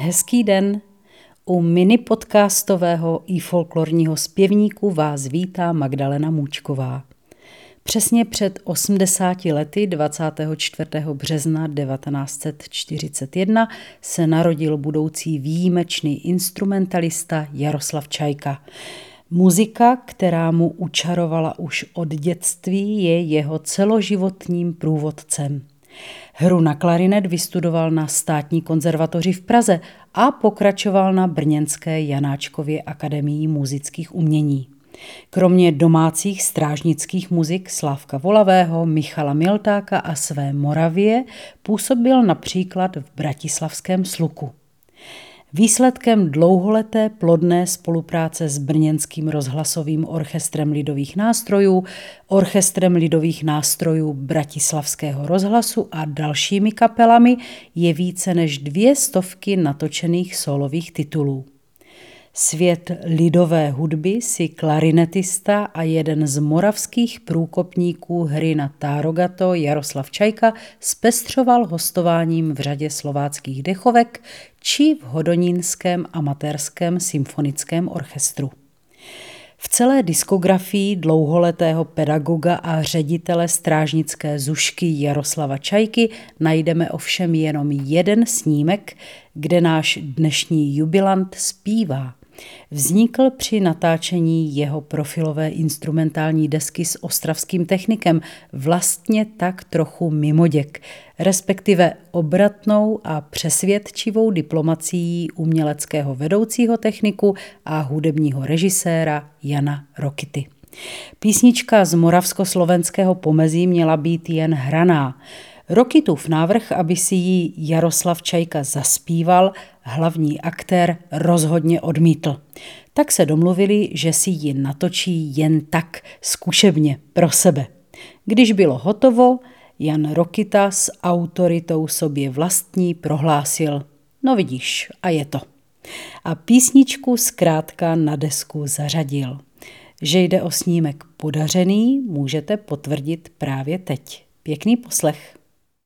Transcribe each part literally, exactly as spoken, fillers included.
Hezký den. U mini podcastového i folklorního zpěvníku vás vítá Magdalena Můčková. Přesně před osmdesáti lety dvacátého čtvrtého března devatenáct set čtyřicet jedna se narodil budoucí výjimečný instrumentalista Jaroslav Čajka. Muzika, která mu učarovala už od dětství, je jeho celoživotním průvodcem. Hru na klarinet vystudoval na Státní konzervatoři v Praze a pokračoval na brněnské Janáčkově akademii muzických umění. Kromě domácích strážnických muzik Slávka Volavého, Michala Miltáka a Své Moravie působil například v bratislavském Sluku. Výsledkem dlouholeté plodné spolupráce s brněnským rozhlasovým orchestrem lidových nástrojů, orchestrem lidových nástrojů Bratislavského rozhlasu a dalšími kapelami je více než dvě stovky natočených sólových titulů. Svět lidové hudby si klarinetista a jeden z moravských průkopníků hry na tárogato Jaroslav Čajka zpestřoval hostováním v řadě slováckých dechovek či v hodonínském amatérském symfonickém orchestru. V celé diskografii dlouholetého pedagoga a ředitele strážnické zušky Jaroslava Čajky najdeme ovšem jenom jeden snímek, kde náš dnešní jubilant zpívá. Vznikl při natáčení jeho profilové instrumentální desky s ostravským technikem vlastně tak trochu mimoděk, respektive obratnou a přesvědčivou diplomacií uměleckého vedoucího techniku a hudebního režiséra Jana Rokity. Písnička z moravskoslovenského pomezí měla být jen hraná. Rokitův návrh, aby si ji Jaroslav Čajka zaspíval, hlavní aktér rozhodně odmítl. Tak se domluvili, že si ji natočí jen tak, zkušebně, pro sebe. Když bylo hotovo, Jan Rokita s autoritou sobě vlastní prohlásil: no vidíš, a je to. A písničku zkrátka na desku zařadil. Že jde o snímek podařený, můžete potvrdit právě teď. Pěkný poslech.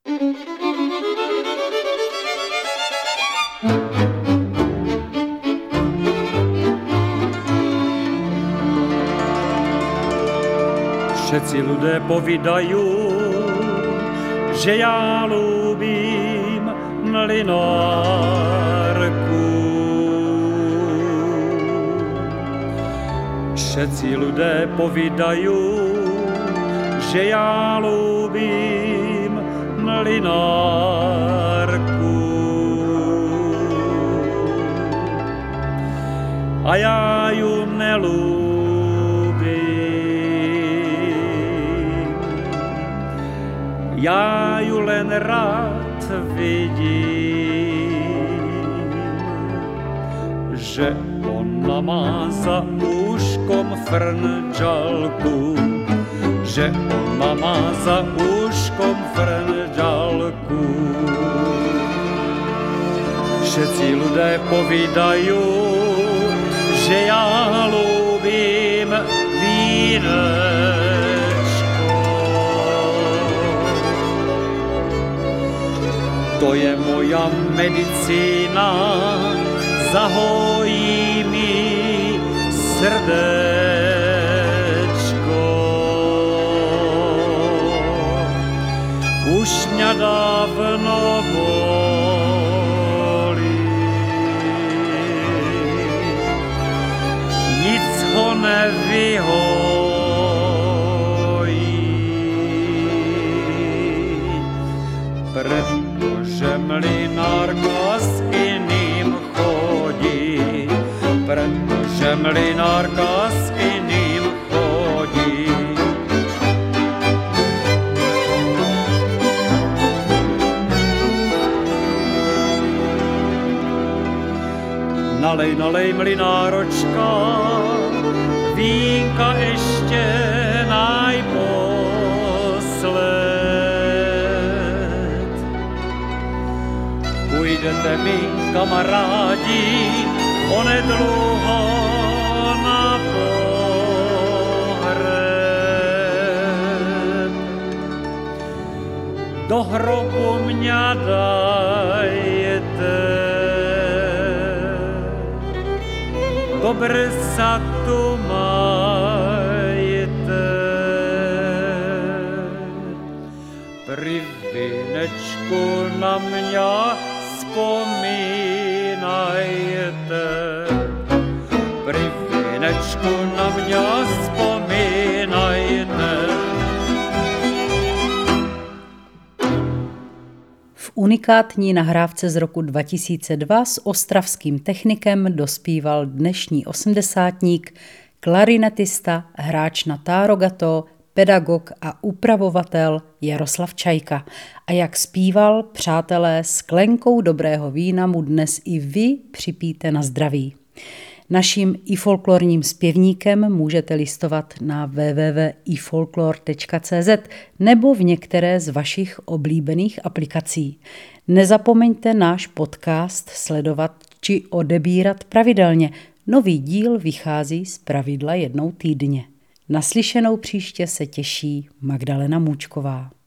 Všetci ľudia povídajú, že ja ľúbim mlynárku. Všetci ľudia povídajú, že ja ľúbim mlynárku. A ja ju nelúbim. Ja ju len rád vidím, že ona má za úškom frnčalku, že ona má za úškom frnčalku. Všetci ľudia povídajú, že ja ľúbim vínečko. To je moja medicína, zahojí mi srdečko. Už mňa dávno bolí, nic ho nevyhojí. Pretože mlynárka s iným chodí, pretože mlynárka s iným chodí. Nalej, nalej, mlynáročka, vínka ešte najposled. Půjdete mi, kamarádi, onedlouho na pohřeb. Do hrobu mňa dajete, dobře sa tu majte. Pri vínečku na mňa spomínajte. Pri vínečku na mňa spomínajte. V unikátní nahrávce z roku dva tisíce dva s ostravským technikem dospíval dnešní osmdesátník, klarinetista, hráč na tárogato, pedagog a upravovatel Jaroslav Čajka. A jak zpíval, přátelé, sklenkou dobrého vína mu dnes i vy připijte na zdraví. Naším i folklorním zpěvníkem můžete listovat na w w w tečka i folklor tečka c z nebo v některé z vašich oblíbených aplikací. Nezapomeňte náš podcast sledovat či odebírat pravidelně. Nový díl vychází zpravidla jednou týdně. Naslyšenou příště se těší Magdalena Můčková.